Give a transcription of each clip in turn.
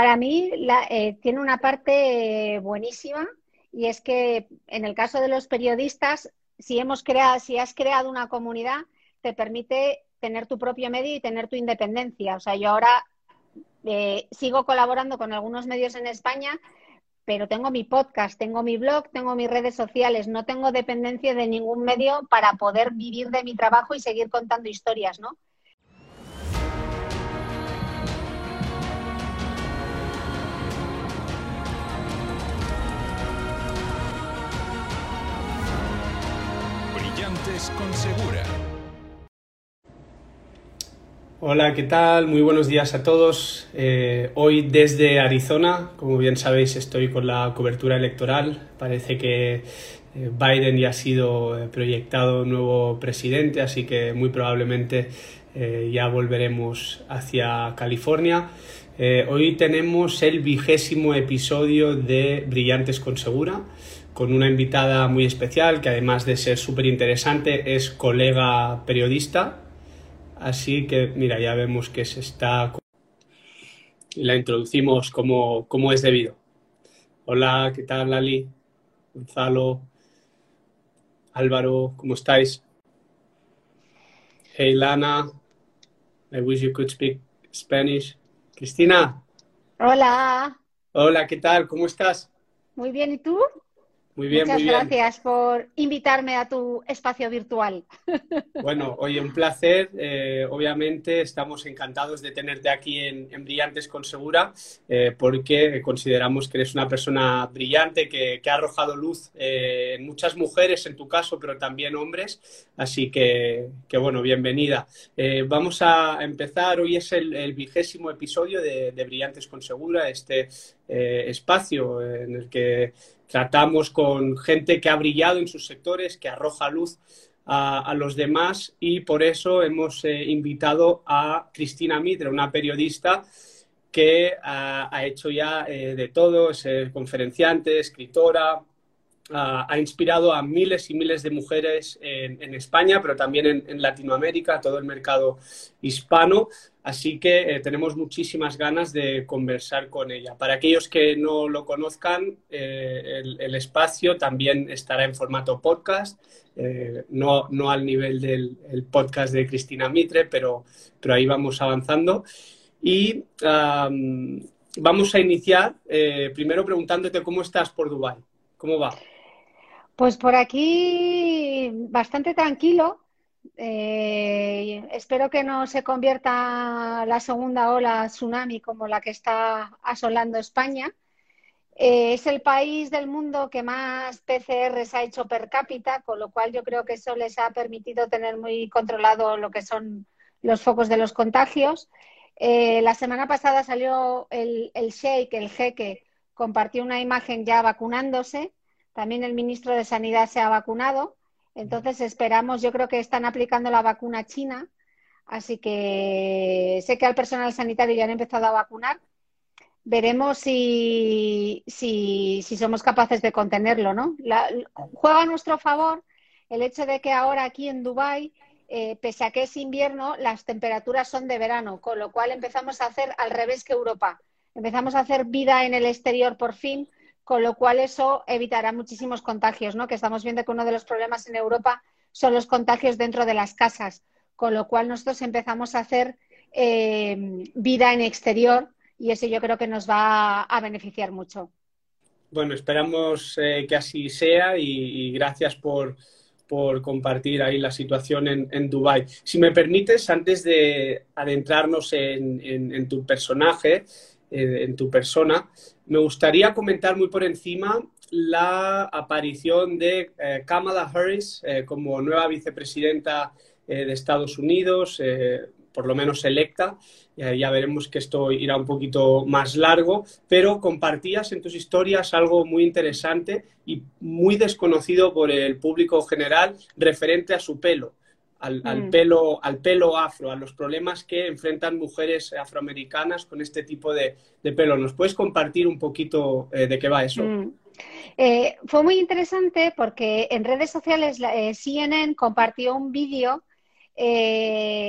para mí tiene una parte buenísima, y es que en el caso de los periodistas, si has creado una comunidad, te permite tener tu propio medio y tener tu independencia. O sea, yo ahora sigo colaborando con algunos medios en España, pero tengo mi podcast, tengo mi blog, tengo mis redes sociales, no tengo dependencia de ningún medio para poder vivir de mi trabajo y seguir contando historias, ¿no? Brillantes con Segura. Hola, ¿qué tal? Muy buenos días a todos. Hoy desde Arizona, como bien sabéis, estoy con la cobertura electoral. Parece que Biden ya ha sido proyectado nuevo presidente, así que muy probablemente ya volveremos hacia California. Hoy tenemos el 20º episodio de Brillantes con Segura, con una invitada muy especial que, además de ser súper interesante, es colega periodista. Así que, mira, ya vemos que se está... Y la introducimos como es debido. Hola, ¿qué tal, Lali? Gonzalo, Álvaro, ¿cómo estáis? Hey, Lana, I wish you could speak Spanish. Cristina, Hola, hola, ¿qué tal? ¿Cómo estás? muy bien, ¿y tú? Muy bien, muy Muchas bien. gracias por invitarme a tu espacio virtual. Bueno, oye, un placer. Obviamente estamos encantados de tenerte aquí en Brillantes con Segura, porque consideramos que eres una persona brillante que ha arrojado luz en muchas mujeres, en tu caso, pero también hombres. Así que bueno, bienvenida. Vamos a empezar. Hoy es el 20º episodio de Brillantes con Segura, este espacio en el que tratamos con gente que ha brillado en sus sectores, que arroja luz a los demás, y por eso hemos invitado a Cristina Mitre, una periodista que ha hecho ya de todo, es conferenciante, escritora, ha inspirado a miles y miles de mujeres en España, pero también en Latinoamérica, todo el mercado hispano. Así que tenemos muchísimas ganas de conversar con ella. Para aquellos que no lo conozcan, el espacio también estará en formato podcast, no al nivel del podcast de Cristina Mitre, pero ahí vamos avanzando. Y vamos a iniciar primero preguntándote cómo estás por Dubái. ¿Cómo va? Pues por aquí bastante tranquilo. Espero que no se convierta la segunda ola tsunami como la que está asolando España. Es el país del mundo que más PCRs ha hecho per cápita, con lo cual yo creo que eso les ha permitido tener muy controlado lo que son los focos de los contagios. La semana pasada salió el sheik, el jeque, compartió una imagen ya vacunándose. También el ministro de Sanidad se ha vacunado. Entonces esperamos, yo creo que están aplicando la vacuna china, así que sé que al personal sanitario ya han empezado a vacunar. Veremos si somos capaces de contenerlo, ¿no? Juega a nuestro favor el hecho de que ahora aquí en Dubái, pese a que es invierno, las temperaturas son de verano, con lo cual empezamos a hacer al revés que Europa. Empezamos a hacer vida en el exterior por fin, con lo cual eso evitará muchísimos contagios, ¿no? Que estamos viendo que uno de los problemas en Europa son los contagios dentro de las casas, con lo cual nosotros empezamos a hacer vida en exterior, y eso yo creo que nos va a beneficiar mucho. Bueno, esperamos que así sea, y gracias por compartir ahí la situación en Dubái. Si me permites, antes de adentrarnos en tu personaje, en tu persona, me gustaría comentar muy por encima la aparición de Kamala Harris como nueva vicepresidenta de Estados Unidos, por lo menos electa. Ya veremos que esto irá un poquito más largo, pero compartías en tus historias algo muy interesante y muy desconocido por el público general referente a su pelo. Al pelo afro, a los problemas que enfrentan mujeres afroamericanas con este tipo de pelo. ¿Nos puedes compartir un poquito de qué va eso? Fue muy interesante porque en redes sociales CNN compartió un vídeo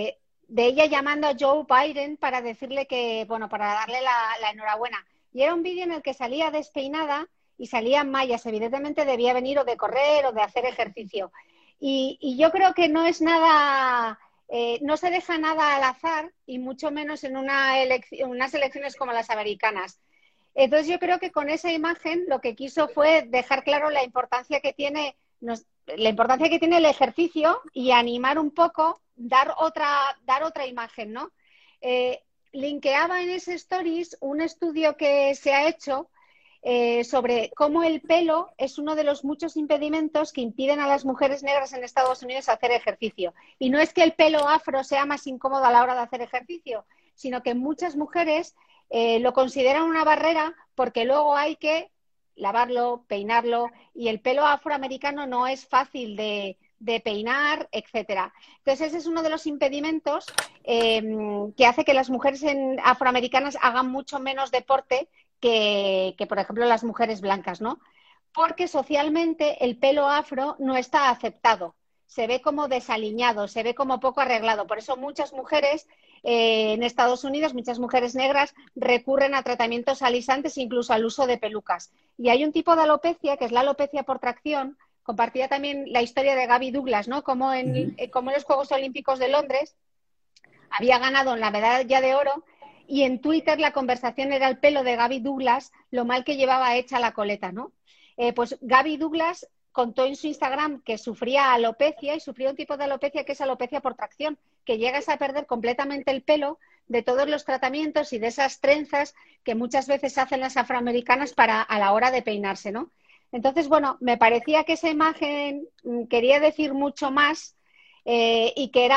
de ella llamando a Joe Biden para decirle que, bueno, para darle la enhorabuena. Y era un vídeo en el que salía despeinada y salía en mallas. Evidentemente debía venir o de correr o de hacer ejercicio. Y yo creo que no es nada, no se deja nada al azar, y mucho menos en unas elecciones como las americanas. Entonces yo creo que con esa imagen lo que quiso fue dejar claro la importancia que tiene, la importancia que tiene el ejercicio y animar un poco, dar otra imagen, ¿no? Linkeaba en ese stories un estudio que se ha hecho sobre cómo el pelo es uno de los muchos impedimentos que impiden a las mujeres negras en Estados Unidos hacer ejercicio. Y no es que el pelo afro sea más incómodo a la hora de hacer ejercicio, sino que muchas mujeres lo consideran una barrera porque luego hay que lavarlo, peinarlo, y el pelo afroamericano no es fácil de peinar, etcétera. Entonces ese es uno de los impedimentos que hace que las mujeres afroamericanas hagan mucho menos deporte que, por ejemplo, las mujeres blancas, ¿no? Porque socialmente el pelo afro no está aceptado, se ve como desaliñado, se ve como poco arreglado. Por eso muchas mujeres en Estados Unidos, muchas mujeres negras recurren a tratamientos alisantes, incluso al uso de pelucas. Y hay un tipo de alopecia, que es la alopecia por tracción. Compartía también la historia de Gabby Douglas, ¿no? Como como en los Juegos Olímpicos de Londres había ganado en la medalla de oro, y en Twitter la conversación era el pelo de Gabby Douglas, lo mal que llevaba hecha la coleta, ¿no? Pues Gabby Douglas contó en su Instagram que sufría alopecia, y sufría un tipo de alopecia que es alopecia por tracción, que llegas a perder completamente el pelo de todos los tratamientos y de esas trenzas que muchas veces hacen las afroamericanas a la hora de peinarse, ¿no? Entonces, bueno, me parecía que esa imagen quería decir mucho más, y que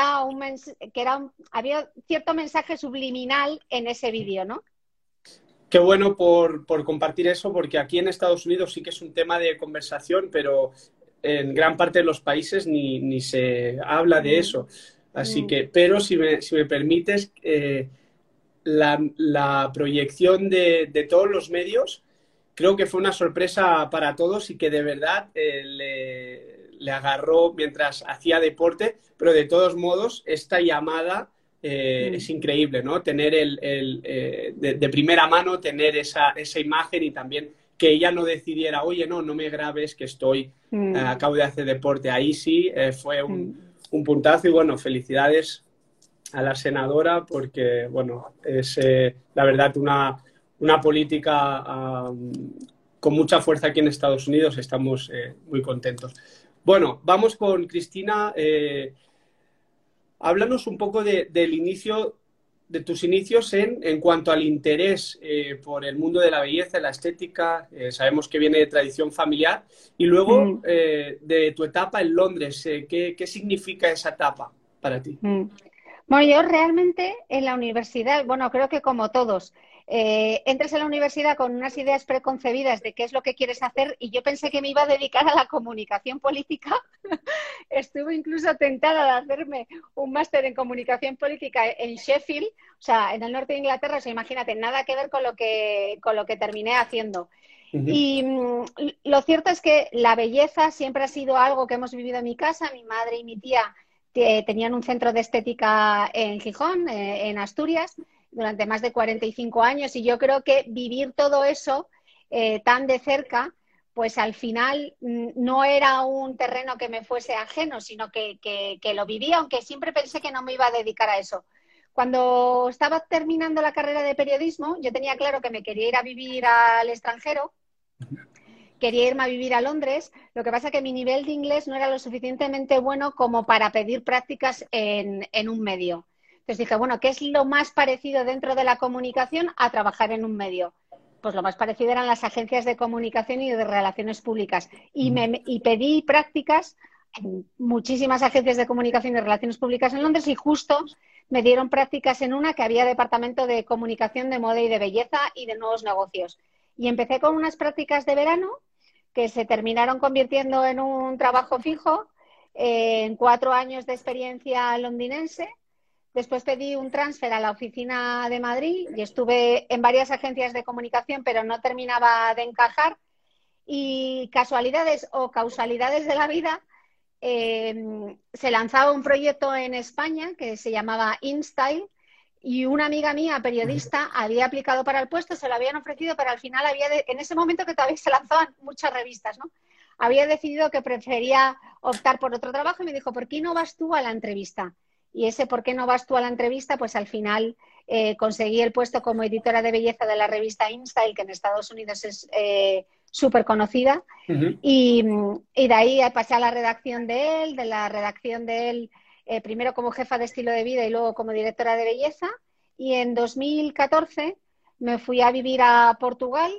había cierto mensaje subliminal en ese vídeo, ¿no? Qué bueno por compartir eso, porque aquí en Estados Unidos sí que es un tema de conversación, pero en gran parte de los países ni se habla de eso. Así que, pero si me permites, la proyección de todos los medios creo que fue una sorpresa para todos y que de verdad le agarró mientras hacía deporte, pero de todos modos esta llamada es increíble, ¿no? Tener de primera mano, tener esa imagen, y también que ella no decidiera, oye, no me grabes, que acabo de hacer deporte. Ahí sí fue un puntazo, y bueno, felicidades a la senadora, porque, bueno, es la verdad una política con mucha fuerza aquí en Estados Unidos. Estamos muy contentos. Bueno, vamos con Cristina. Háblanos un poco del inicio, de tus inicios en cuanto al interés por el mundo de la belleza, la estética. Sabemos que viene de tradición familiar. Y luego de tu etapa en Londres. ¿Qué significa esa etapa para ti? Bueno, yo realmente en la universidad, bueno, creo que como todos, entras en la universidad con unas ideas preconcebidas de qué es lo que quieres hacer, y yo pensé que me iba a dedicar a la comunicación política. Estuve incluso tentada de hacerme un máster en comunicación política en Sheffield, o sea, en el norte de Inglaterra. O sea, imagínate, nada que ver con lo que terminé haciendo. Y lo cierto es que la belleza siempre ha sido algo que hemos vivido en mi casa. Mi madre y mi tía tenían un centro de estética en Gijón, en Asturias, durante más de 45 años, y yo creo que vivir todo eso tan de cerca, pues al final no era un terreno que me fuese ajeno, sino que lo vivía, aunque siempre pensé que no me iba a dedicar a eso. Cuando estaba terminando la carrera de periodismo, yo tenía claro que me quería ir a vivir al extranjero. Quería irme a vivir a Londres. Lo que pasa es que mi nivel de inglés no era lo suficientemente bueno como para pedir prácticas en un medio. Entonces dije, bueno, ¿qué es lo más parecido dentro de la comunicación a trabajar en un medio? Pues lo más parecido eran las agencias de comunicación y de relaciones públicas. Y pedí prácticas en muchísimas agencias de comunicación y relaciones públicas en Londres, y justo me dieron prácticas en una que había departamento de comunicación, de moda y de belleza y de nuevos negocios. Y empecé con unas prácticas de verano que se terminaron convirtiendo en un trabajo fijo, en 4 años de experiencia londinense. Después pedí un transfer a la oficina de Madrid y estuve en varias agencias de comunicación, pero no terminaba de encajar. Y casualidades o causalidades de la vida, se lanzaba un proyecto en España que se llamaba InStyle y una amiga mía, periodista, había aplicado para el puesto, se lo habían ofrecido, pero al final en ese momento que todavía se lanzaban muchas revistas, ¿no? Había decidido que prefería optar por otro trabajo y me dijo, ¿por qué no vas tú a la entrevista? Y ese ¿por qué no vas tú a la entrevista? Pues al final conseguí el puesto como editora de belleza de la revista InStyle, que en Estados Unidos es súper conocida. Y de ahí pasé a la redacción de él, primero como jefa de estilo de vida y luego como directora de belleza. Y en 2014 me fui a vivir a Portugal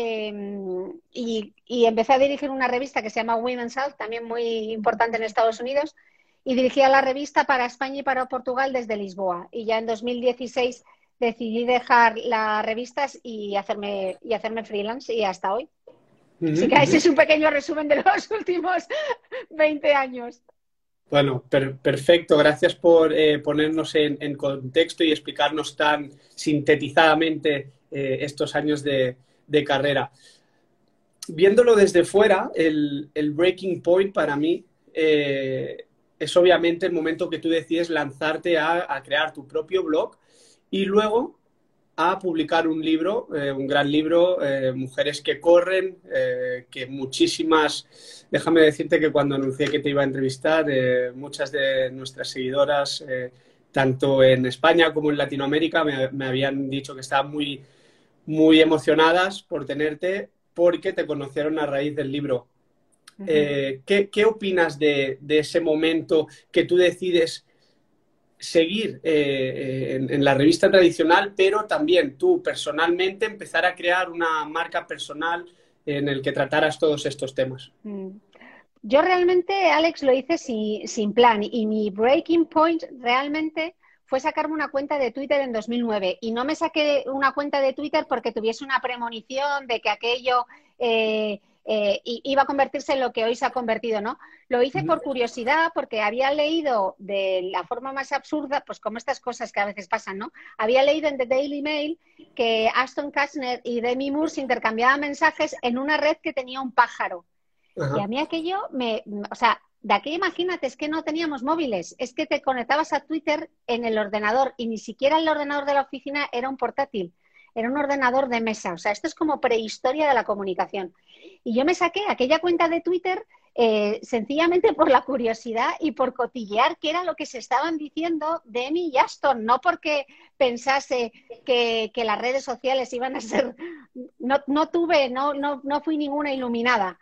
y empecé a dirigir una revista que se llama Women's Health, también muy importante en Estados Unidos, y dirigía la revista para España y para Portugal desde Lisboa. Y ya en 2016 decidí dejar las revistas y hacerme freelance y hasta hoy. Así que ese es un pequeño resumen de los últimos 20 años. Bueno, perfecto. Gracias por ponernos en contexto y explicarnos tan sintetizadamente estos años de carrera. Viéndolo desde fuera, el breaking point para mí es obviamente el momento que tú decides lanzarte a crear tu propio blog y luego a publicar un libro, un gran libro, Mujeres que corren, que muchísimas, déjame decirte que cuando anuncié que te iba a entrevistar, muchas de nuestras seguidoras, tanto en España como en Latinoamérica, me habían dicho que estaban muy, muy emocionadas por tenerte porque te conocieron a raíz del libro. ¿Qué opinas de ese momento que tú decides seguir en la revista tradicional, pero también tú personalmente empezar a crear una marca personal en el que trataras todos estos temas? Yo realmente, Alex, lo hice sin plan y mi breaking point realmente fue sacarme una cuenta de Twitter en 2009 y no me saqué una cuenta de Twitter porque tuviese una premonición de que aquello iba a convertirse en lo que hoy se ha convertido, ¿no? Lo hice por curiosidad porque había leído de la forma más absurda, pues como estas cosas que a veces pasan, ¿no? Había leído en The Daily Mail que Ashton Kutcher y Demi Moore se intercambiaban mensajes en una red que tenía un pájaro. Y a mí aquello o sea, de aquello imagínate, es que no teníamos móviles, es que te conectabas a Twitter en el ordenador y ni siquiera el ordenador de la oficina era un portátil, era un ordenador de mesa. O sea, esto es como prehistoria de la comunicación. Y yo me saqué aquella cuenta de Twitter sencillamente por la curiosidad y por cotillear qué era lo que se estaban diciendo de Demi y Ashton, no porque pensase que las redes sociales iban a ser... No fui ninguna iluminada.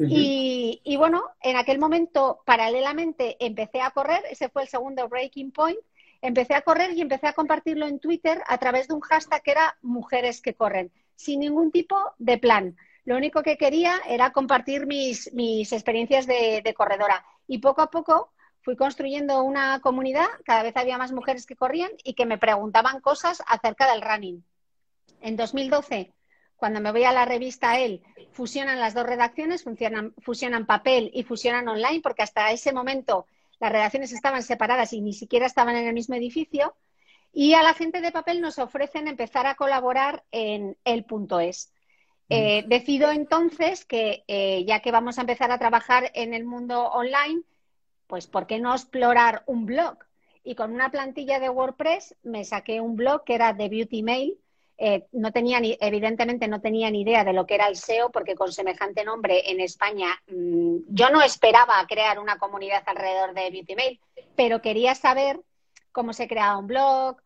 Y bueno, en aquel momento, paralelamente, empecé a correr, ese fue el segundo breaking point, empecé a correr y empecé a compartirlo en Twitter a través de un hashtag que era Mujeres que corren, sin ningún tipo de plan. Lo único que quería era compartir mis experiencias de corredora. Y poco a poco fui construyendo una comunidad, cada vez había más mujeres que corrían y que me preguntaban cosas acerca del running. En 2012, cuando me voy a la revista Elle, fusionan las dos redacciones, fusionan papel y fusionan online, porque hasta ese momento las redacciones estaban separadas y ni siquiera estaban en el mismo edificio. Y a la gente de papel nos ofrecen empezar a colaborar en El.es. Decido entonces que ya que vamos a empezar a trabajar en el mundo online, pues ¿por qué no explorar un blog? Y con una plantilla de WordPress me saqué un blog que era The Beauty Mail. Evidentemente no tenía ni idea de lo que era el SEO, porque con semejante nombre en España yo no esperaba crear una comunidad alrededor de Beauty Mail, pero quería saber cómo se creaba un blog,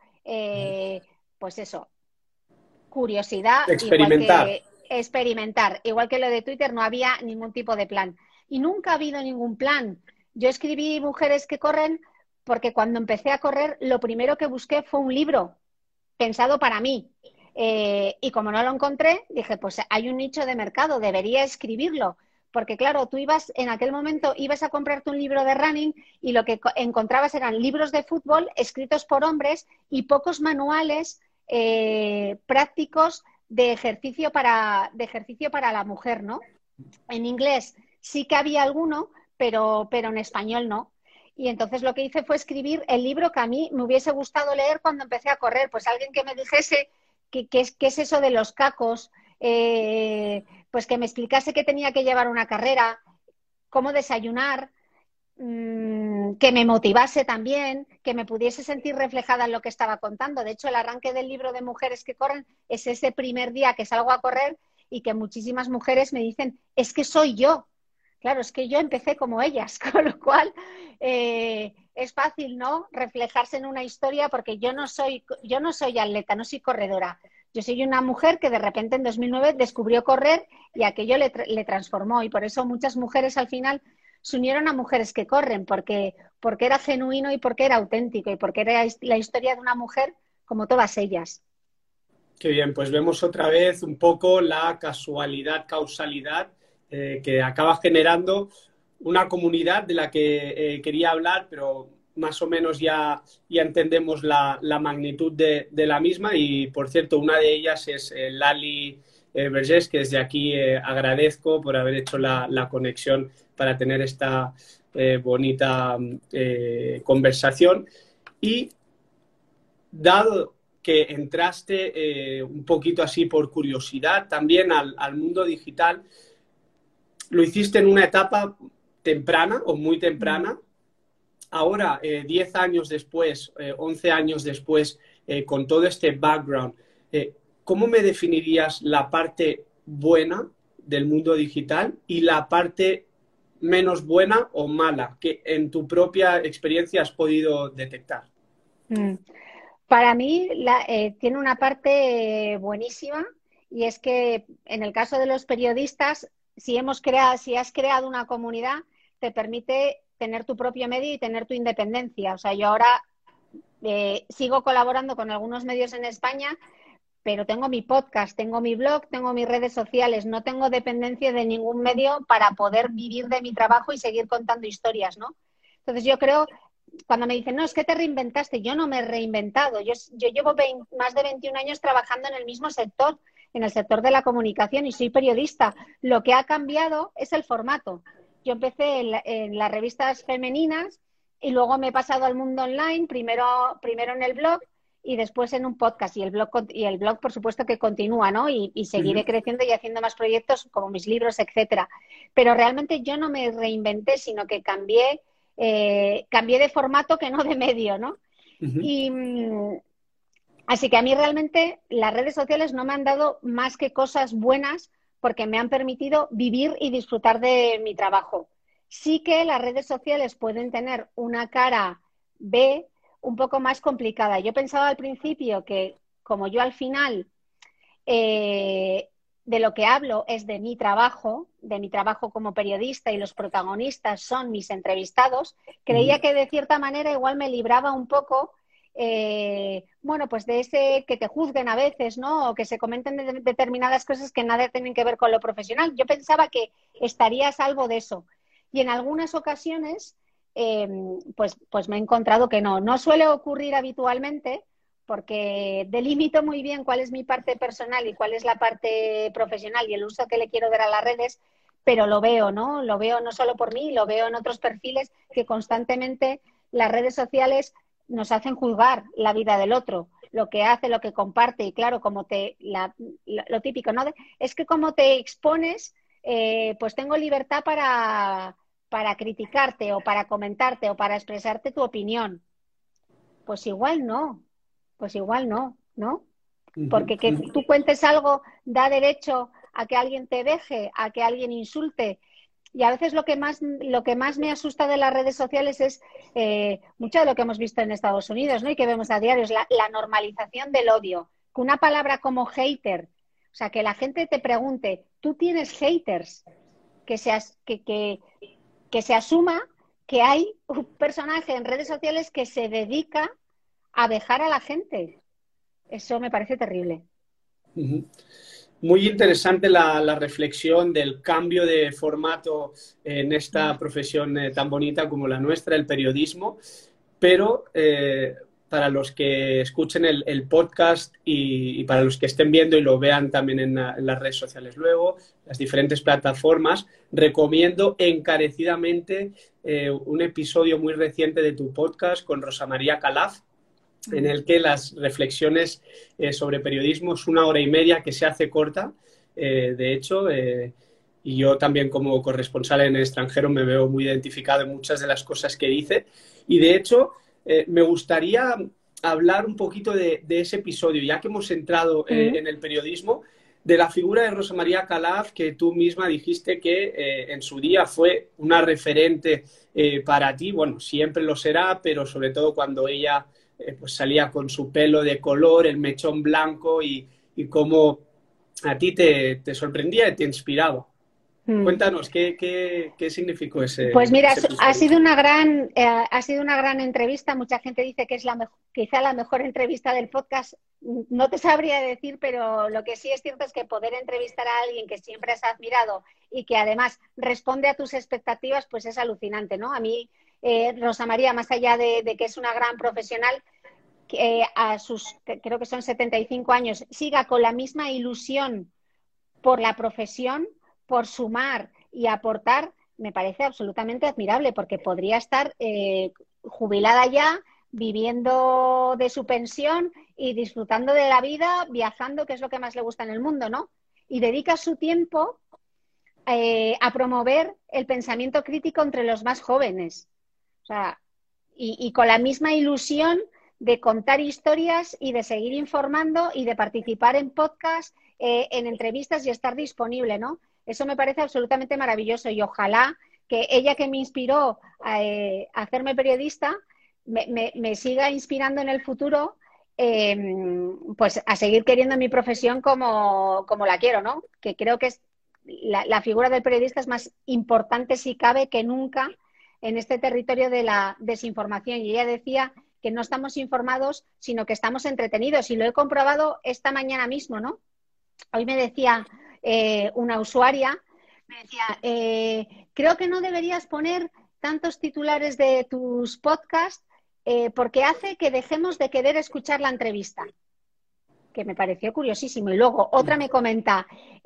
pues eso, curiosidad, experimentar, igual que lo de Twitter, no había ningún tipo de plan. Y nunca ha habido ningún plan. Yo escribí Mujeres que corren porque cuando empecé a correr, lo primero que busqué fue un libro pensado para mí. Y como no lo encontré, dije, pues hay un nicho de mercado, debería escribirlo. Porque claro, tú en aquel momento ibas a comprarte un libro de running y lo que encontrabas eran libros de fútbol escritos por hombres y pocos manuales prácticos de ejercicio para la mujer, ¿no? En inglés sí que había alguno, pero en español no. Y entonces lo que hice fue escribir el libro que a mí me hubiese gustado leer cuando empecé a correr. Pues alguien que me dijese qué es eso de los cacos, pues que me explicase qué tenía que llevar una carrera, cómo desayunar. que me motivase también, que me pudiese sentir reflejada en lo que estaba contando. De hecho, el arranque del libro de Mujeres que corren es ese primer día que salgo a correr y que muchísimas mujeres me dicen, es que soy yo. Claro, es que yo empecé como ellas, con lo cual es fácil, ¿no?, reflejarse en una historia, porque yo no soy atleta, no soy corredora. Yo soy una mujer que de repente en 2009 descubrió correr y aquello le transformó. Y por eso muchas mujeres al final se unieron a Mujeres que corren, porque era genuino y porque era auténtico y porque era la historia de una mujer como todas ellas. Qué bien, pues vemos otra vez un poco la casualidad, causalidad que acaba generando una comunidad de la que quería hablar, pero más o menos ya entendemos la magnitud de la misma. Y, por cierto, una de ellas es Lali Vergés, que desde aquí agradezco por haber hecho la conexión para tener esta bonita conversación. Y dado que entraste un poquito así por curiosidad también al mundo digital, lo hiciste en una etapa temprana o muy temprana. Ahora, 10 años después, 11 años después, con todo este background, ¿cómo me definirías la parte buena del mundo digital y la parte menos buena o mala que en tu propia experiencia has podido detectar? Para mí tiene una parte buenísima, y es que en el caso de los periodistas, si has creado una comunidad, te permite tener tu propio medio y tener tu independencia. O sea, yo ahora sigo colaborando con algunos medios en España, pero tengo mi podcast, tengo mi blog, tengo mis redes sociales, no tengo dependencia de ningún medio para poder vivir de mi trabajo y seguir contando historias, ¿no? Entonces yo creo, cuando me dicen, no, es que te reinventaste, yo no me he reinventado. Yo llevo más de 21 años trabajando en el mismo sector, en el sector de la comunicación, y soy periodista. Lo que ha cambiado es el formato. Yo empecé en las revistas femeninas y luego me he pasado al mundo online, primero en el blog y después en un podcast. Y el blog, por supuesto, que continúa, ¿no? Y seguiré creciendo y haciendo más proyectos como mis libros, etcétera. Pero realmente yo no me reinventé, sino que cambié de formato, que no de medio, ¿no? Y así que a mí realmente las redes sociales no me han dado más que cosas buenas, porque me han permitido vivir y disfrutar de mi trabajo. Sí que las redes sociales pueden tener una cara B un poco más complicada. Yo pensaba al principio que, como yo al final de lo que hablo es de mi trabajo como periodista, y los protagonistas son mis entrevistados, creía que de cierta manera igual me libraba un poco, bueno, pues de ese que te juzguen a veces, ¿no? O que se comenten determinadas cosas que nada tienen que ver con lo profesional. Yo pensaba que estaría a salvo de eso. Y en algunas ocasiones, pues me he encontrado que no. No suele ocurrir habitualmente, porque delimito muy bien cuál es mi parte personal y cuál es la parte profesional y el uso que le quiero dar a las redes, pero lo veo, ¿no? Lo veo no solo por mí, lo veo en otros perfiles, que constantemente las redes sociales nos hacen juzgar la vida del otro, lo que hace, lo que comparte. Y claro, como lo típico, ¿no? Es que como te expones, pues tengo libertad para criticarte o para comentarte o para expresarte tu opinión. Pues igual no, ¿no? Porque que tú cuentes algo da derecho a que alguien te deje, a que alguien insulte. Y a veces lo que más me asusta de las redes sociales es mucho de lo que hemos visto en Estados Unidos, ¿no? Y que vemos a diario, es la normalización del odio. Que una palabra como hater, o sea, que la gente te pregunte, ¿tú tienes haters? Que se asuma que hay un personaje en redes sociales que se dedica a dejar a la gente. Eso me parece terrible. Muy interesante la reflexión del cambio de formato en esta profesión tan bonita como la nuestra, el periodismo, pero para los que escuchen el podcast y para los que estén viendo y lo vean también en las redes sociales luego, las diferentes plataformas, recomiendo encarecidamente un episodio muy reciente de tu podcast con Rosa María Calaf, en el que las reflexiones sobre periodismo es 1 hora y media, que se hace corta, de hecho, y yo también como corresponsal en el extranjero me veo muy identificado en muchas de las cosas que dice. Y de hecho, me gustaría hablar un poquito de ese episodio, ya que hemos entrado en el periodismo, de la figura de Rosa María Calaf, que tú misma dijiste que en su día fue una referente para ti. Bueno, siempre lo será, pero sobre todo cuando ella pues salía con su pelo de color, el mechón blanco y cómo a ti te sorprendía y te inspiraba. Mm. Cuéntanos, ¿qué significó Pues mira, ese ha episodio? sido ha sido una gran entrevista. Mucha gente dice que es quizá la mejor entrevista del podcast. No te sabría decir, pero lo que sí es cierto es que poder entrevistar a alguien que siempre has admirado y que además responde a tus expectativas, pues es alucinante, ¿no? A mí, Rosa María, más allá de que es una gran profesional, que creo que son 75 años, siga con la misma ilusión por la profesión, por sumar y aportar, me parece absolutamente admirable, porque podría estar jubilada ya, viviendo de su pensión y disfrutando de la vida, viajando, que es lo que más le gusta en el mundo, ¿no? Y dedica su tiempo a promover el pensamiento crítico entre los más jóvenes. O sea, y con la misma ilusión de contar historias y de seguir informando y de participar en podcasts, en entrevistas y estar disponible, ¿no? Eso me parece absolutamente maravilloso y ojalá que ella que me inspiró a hacerme periodista me siga inspirando en el futuro, pues a seguir queriendo mi profesión como la quiero, ¿no? Que creo que es la figura del periodista es más importante si cabe que nunca en este territorio de la desinformación. Y ella decía que no estamos informados, sino que estamos entretenidos. Y lo he comprobado esta mañana mismo, ¿no? Hoy me decía una usuaria, me decía, creo que no deberías poner tantos titulares de tus podcasts porque hace que dejemos de querer escuchar la entrevista. Que me pareció curiosísimo. Y luego otra me comenta,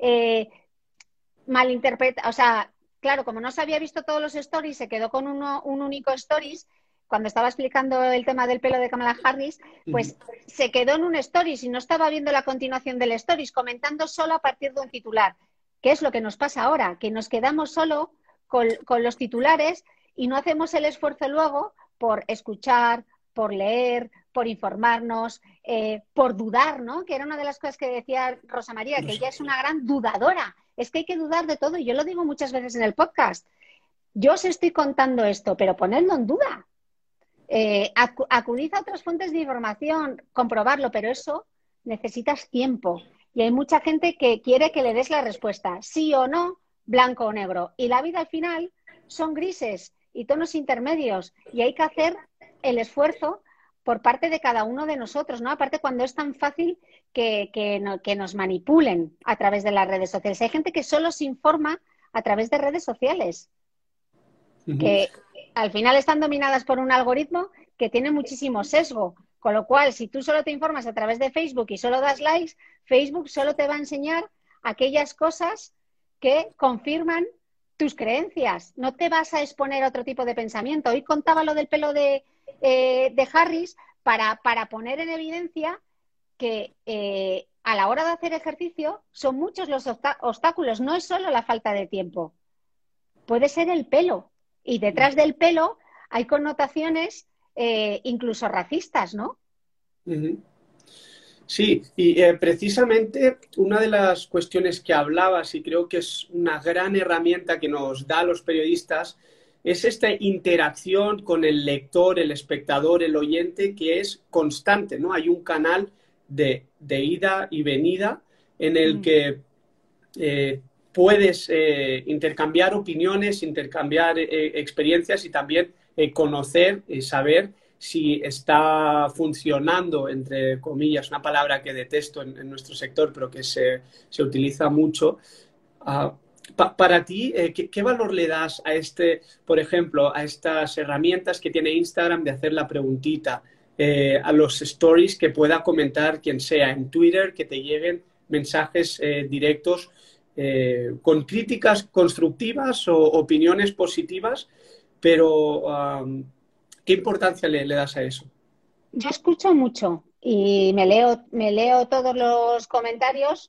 malinterpreta, o sea, claro, como no se había visto todos los stories, se quedó con un único stories. Cuando estaba explicando el tema del pelo de Kamala Harris, pues se quedó en un stories y no estaba viendo la continuación del stories, comentando solo a partir de un titular. ¿Qué es lo que nos pasa ahora? Que nos quedamos solo con los titulares y no hacemos el esfuerzo luego por escuchar, por leer, por informarnos, por dudar, ¿no? Que era una de las cosas que decía Rosa María, que ella es una gran dudadora. Es que hay que dudar de todo y yo lo digo muchas veces en el podcast. Yo os estoy contando esto, pero ponedlo en duda. Acudid a otras fuentes de información, comprobarlo, pero eso necesitas tiempo. Y hay mucha gente que quiere que le des la respuesta, sí o no, blanco o negro. Y la vida al final son grises y tonos intermedios y hay que hacer el esfuerzo por parte de cada uno de nosotros, ¿no? Aparte cuando es tan fácil que nos manipulen a través de las redes sociales. Hay gente que solo se informa a través de redes sociales, que al final están dominadas por un algoritmo que tiene muchísimo sesgo. Con lo cual, si tú solo te informas a través de Facebook y solo das likes, Facebook solo te va a enseñar aquellas cosas que confirman tus creencias. No te vas a exponer a otro tipo de pensamiento. Hoy contaba lo del pelo de Harris para poner en evidencia que a la hora de hacer ejercicio son muchos los obstáculos. No es solo la falta de tiempo. Puede ser el pelo. Y detrás del pelo hay connotaciones incluso racistas, ¿no? Sí, y precisamente una de las cuestiones que hablabas, y creo que es una gran herramienta que nos da a los periodistas, es esta interacción con el lector, el espectador, el oyente, que es constante, ¿no? Hay un canal de ida y venida en el que puedes intercambiar opiniones, intercambiar experiencias y también conocer y saber si está funcionando, entre comillas, una palabra que detesto en nuestro sector, pero que se utiliza mucho. Para ti, ¿qué valor le das a por ejemplo, a estas herramientas que tiene Instagram de hacer la preguntita, a los stories que pueda comentar quien sea, en Twitter, que te lleguen mensajes directos con críticas constructivas o opiniones positivas, pero ¿qué importancia le das a eso? Yo escucho mucho y me leo todos los comentarios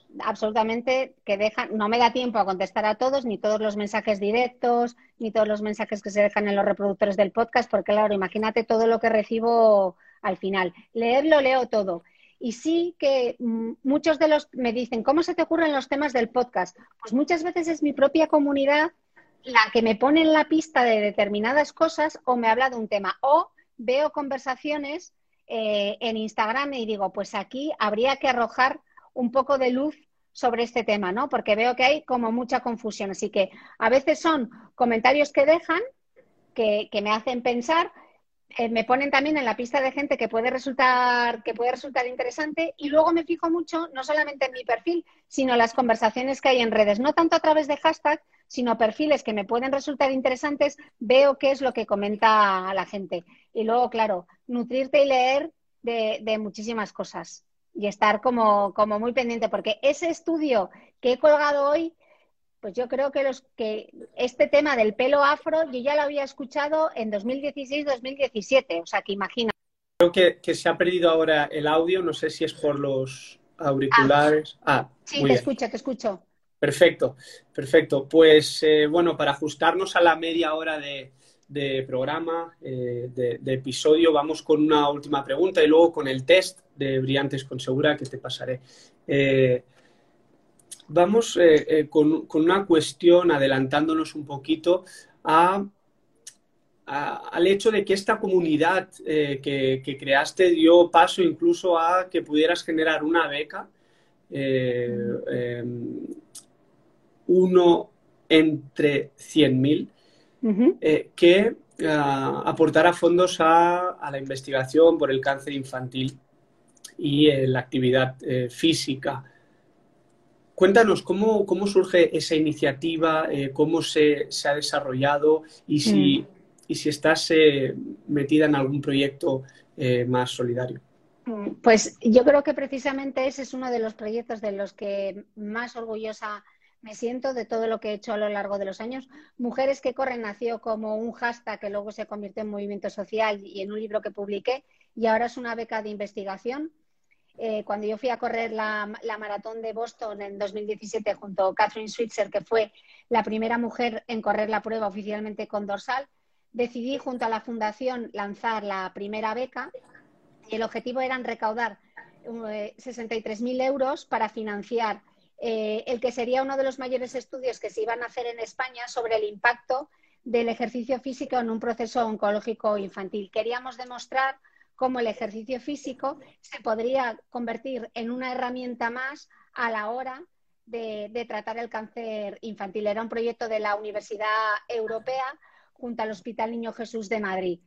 absolutamente que dejan, no me da tiempo a contestar a todos, ni todos los mensajes directos, ni todos los mensajes que se dejan en los reproductores del podcast, porque claro, imagínate todo lo que recibo al final. Leerlo, leo todo. Y sí que muchos de los me dicen, ¿cómo se te ocurren los temas del podcast? Pues muchas veces es mi propia comunidad la que me pone en la pista de determinadas cosas o me habla de un tema. O veo conversaciones en Instagram y digo, pues aquí habría que arrojar un poco de luz sobre este tema, ¿no? Porque veo que hay como mucha confusión. Así que a veces son comentarios que dejan, que me hacen pensar, me ponen también en la pista de gente que puede resultar interesante y luego me fijo mucho no solamente en mi perfil, sino las conversaciones que hay en redes, no tanto a través de hashtag, sino perfiles que me pueden resultar interesantes, veo qué es lo que comenta la gente. Y luego, claro, nutrirte y leer de muchísimas cosas y estar como muy pendiente, porque ese estudio que he colgado hoy, pues yo creo que este tema del pelo afro yo ya lo había escuchado en 2016-2017, o sea que imagina. Creo que se ha perdido ahora el audio, no sé si es por los Ah, auriculares. Ah, sí, muy te bien. escucho, te escucho. Perfecto, perfecto. Pues bueno, para ajustarnos a la media hora de programa, de episodio, vamos con una última pregunta y luego con el test de Brillantes con Segura que te pasaré. Vamos con una cuestión, adelantándonos un poquito al hecho de que esta comunidad que creaste dio paso incluso a que pudieras generar una beca. Eh, eh, uno entre 100.000 que aportara fondos a la investigación por el cáncer infantil y la actividad física. Cuéntanos cómo surge esa iniciativa, cómo se ha desarrollado y si estás metida en algún proyecto más solidario. Pues yo creo que precisamente ese es uno de los proyectos de los que más orgullosa me siento de todo lo que he hecho a lo largo de los años. Mujeres que Corren nació como un hashtag que luego se convirtió en movimiento social y en un libro que publiqué y ahora es una beca de investigación. Cuando yo fui a correr la maratón de Boston en 2017 junto a Catherine Switzer, que fue la primera mujer en correr la prueba oficialmente con dorsal, decidí junto a la fundación lanzar la primera beca. Y el objetivo era recaudar 63.000 euros para financiar el que sería uno de los mayores estudios que se iban a hacer en España sobre el impacto del ejercicio físico en un proceso oncológico infantil. Queríamos demostrar cómo el ejercicio físico se podría convertir en una herramienta más a la hora de tratar el cáncer infantil. Era un proyecto de la Universidad Europea junto al Hospital Niño Jesús de Madrid.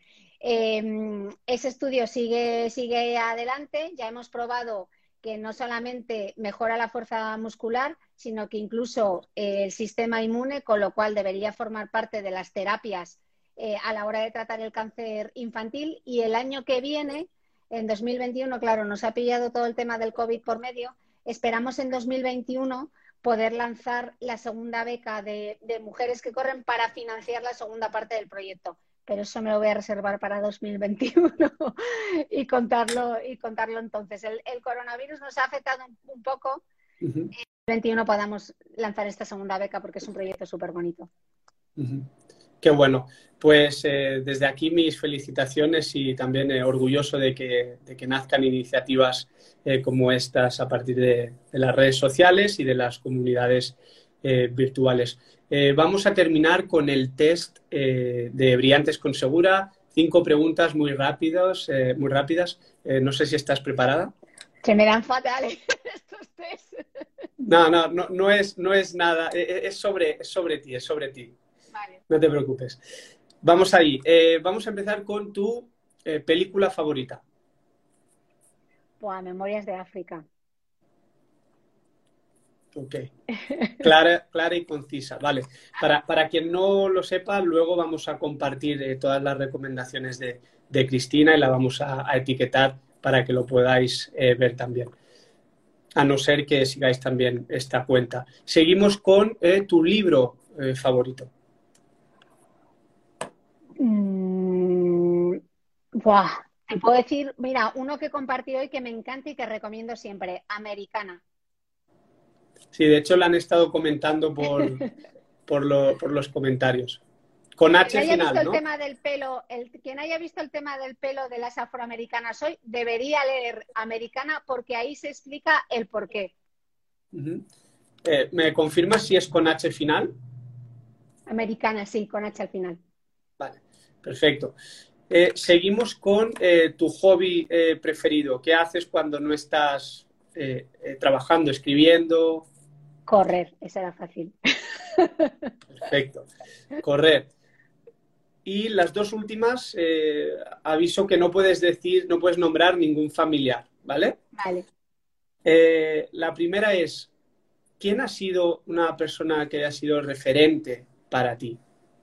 Ese estudio sigue adelante. Ya hemos probado que no solamente mejora la fuerza muscular, sino que incluso el sistema inmune, con lo cual debería formar parte de las terapias a la hora de tratar el cáncer infantil. Y el año que viene, en 2021, claro, nos ha pillado todo el tema del COVID por medio, esperamos en 2021 poder lanzar la segunda beca de Mujeres que Corren para financiar la segunda parte del proyecto. Pero eso me lo voy a reservar para 2021 y contarlo entonces. El coronavirus nos ha afectado un poco. En 2021 podamos lanzar esta segunda beca porque es un proyecto súper bonito. Qué bueno. Pues desde aquí mis felicitaciones y también orgulloso de que nazcan iniciativas como estas a partir de las redes sociales y de las comunidades virtuales. Vamos a terminar con el test de Brillantes con Segura. 5 preguntas muy rápidas. No sé si estás preparada. Se me dan fatales estos test. No es nada. Es sobre ti. Vale. No te preocupes. Vamos ahí. Vamos a empezar con tu película favorita. Memorias de África. Ok. Clara y concisa. Vale. Para quien no lo sepa, luego vamos a compartir todas las recomendaciones de Cristina y la vamos a etiquetar para que lo podáis ver también. A no ser que sigáis también esta cuenta. Seguimos con tu libro favorito. Te puedo decir, mira, uno que compartí hoy que me encanta y que recomiendo siempre, Americana. Sí, de hecho la han estado comentando por los comentarios. Con Quien H haya visto final, el ¿no? tema del pelo, quien haya visto el tema del pelo de las afroamericanas hoy, debería leer Americana porque ahí se explica el porqué. Ujú. ¿Me confirmas si es con H final? Americana, sí, con H al final. Vale, perfecto. Seguimos con tu hobby preferido. ¿Qué haces cuando no estás trabajando, escribiendo? Correr, esa era fácil. Perfecto. Correr. Y las dos últimas, aviso que no puedes decir, no puedes nombrar ningún familiar, ¿vale? Vale. La primera es, ¿quién ha sido una persona que haya sido referente para ti?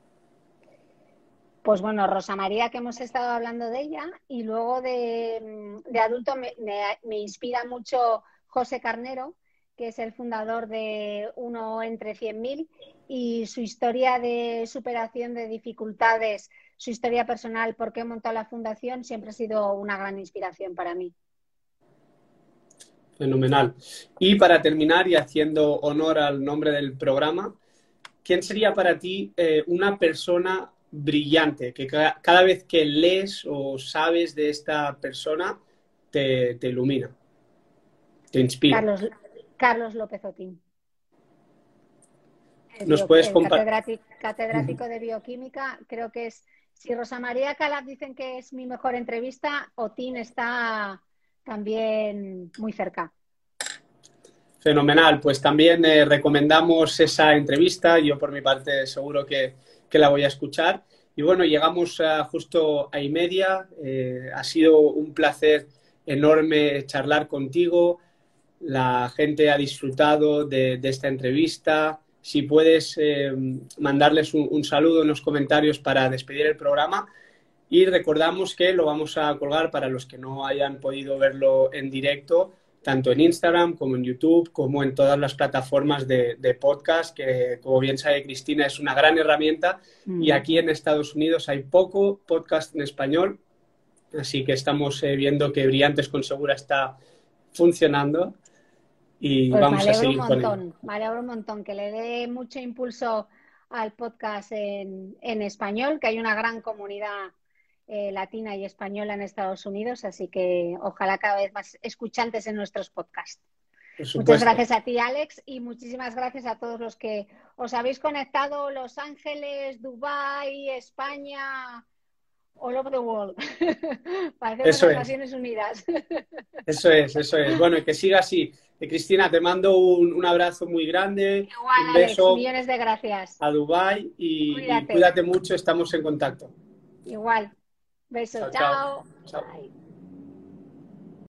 Pues bueno, Rosa María, que hemos estado hablando de ella, y luego de adulto me inspira mucho José Carnero, que es el fundador de Uno entre 100.000, y su historia de superación de dificultades, su historia personal, por qué montó la fundación, siempre ha sido una gran inspiración para mí. Fenomenal. Y para terminar y haciendo honor al nombre del programa, ¿quién sería para ti una persona brillante que cada vez que lees o sabes de esta persona te ilumina, te inspira? Carlos López Otín. ¿Nos puedes El compartir? catedrático de bioquímica, creo que es, si Rosa María Calaf dicen que es mi mejor entrevista, Otín está también muy cerca. Fenomenal, pues también recomendamos esa entrevista, yo por mi parte seguro que la voy a escuchar. Y bueno, llegamos justo a y media, ha sido un placer enorme charlar contigo, la gente ha disfrutado de esta entrevista. Si puedes mandarles un saludo en los comentarios para despedir el programa. Y recordamos que lo vamos a colgar para los que no hayan podido verlo en directo, tanto en Instagram como en YouTube, como en todas las plataformas de podcast, que como bien sabe Cristina es una gran herramienta. Y aquí en Estados Unidos hay poco podcast en español, así que estamos viendo que Brillantes con Segura está funcionando y Pues vamos a seguir con ello. me alegro un montón que le dé mucho impulso al podcast en español, que hay una gran comunidad latina y española en Estados Unidos, así que ojalá cada vez más escuchantes en nuestros podcasts. Por Muchas supuesto. gracias a ti, Alex, y muchísimas gracias a todos los que os habéis conectado, Los Ángeles, Dubái, España, all over the world. Parecemos Eso las es. Naciones Unidas. Eso es, eso es. Bueno, y que siga así. Cristina, te mando un abrazo muy grande, Igual, un Alex, beso millones de gracias. a Dubái y Cuídate. cuídate mucho, estamos en contacto. Igual. Besos. Chao, chao. Chao. Chao. Bye.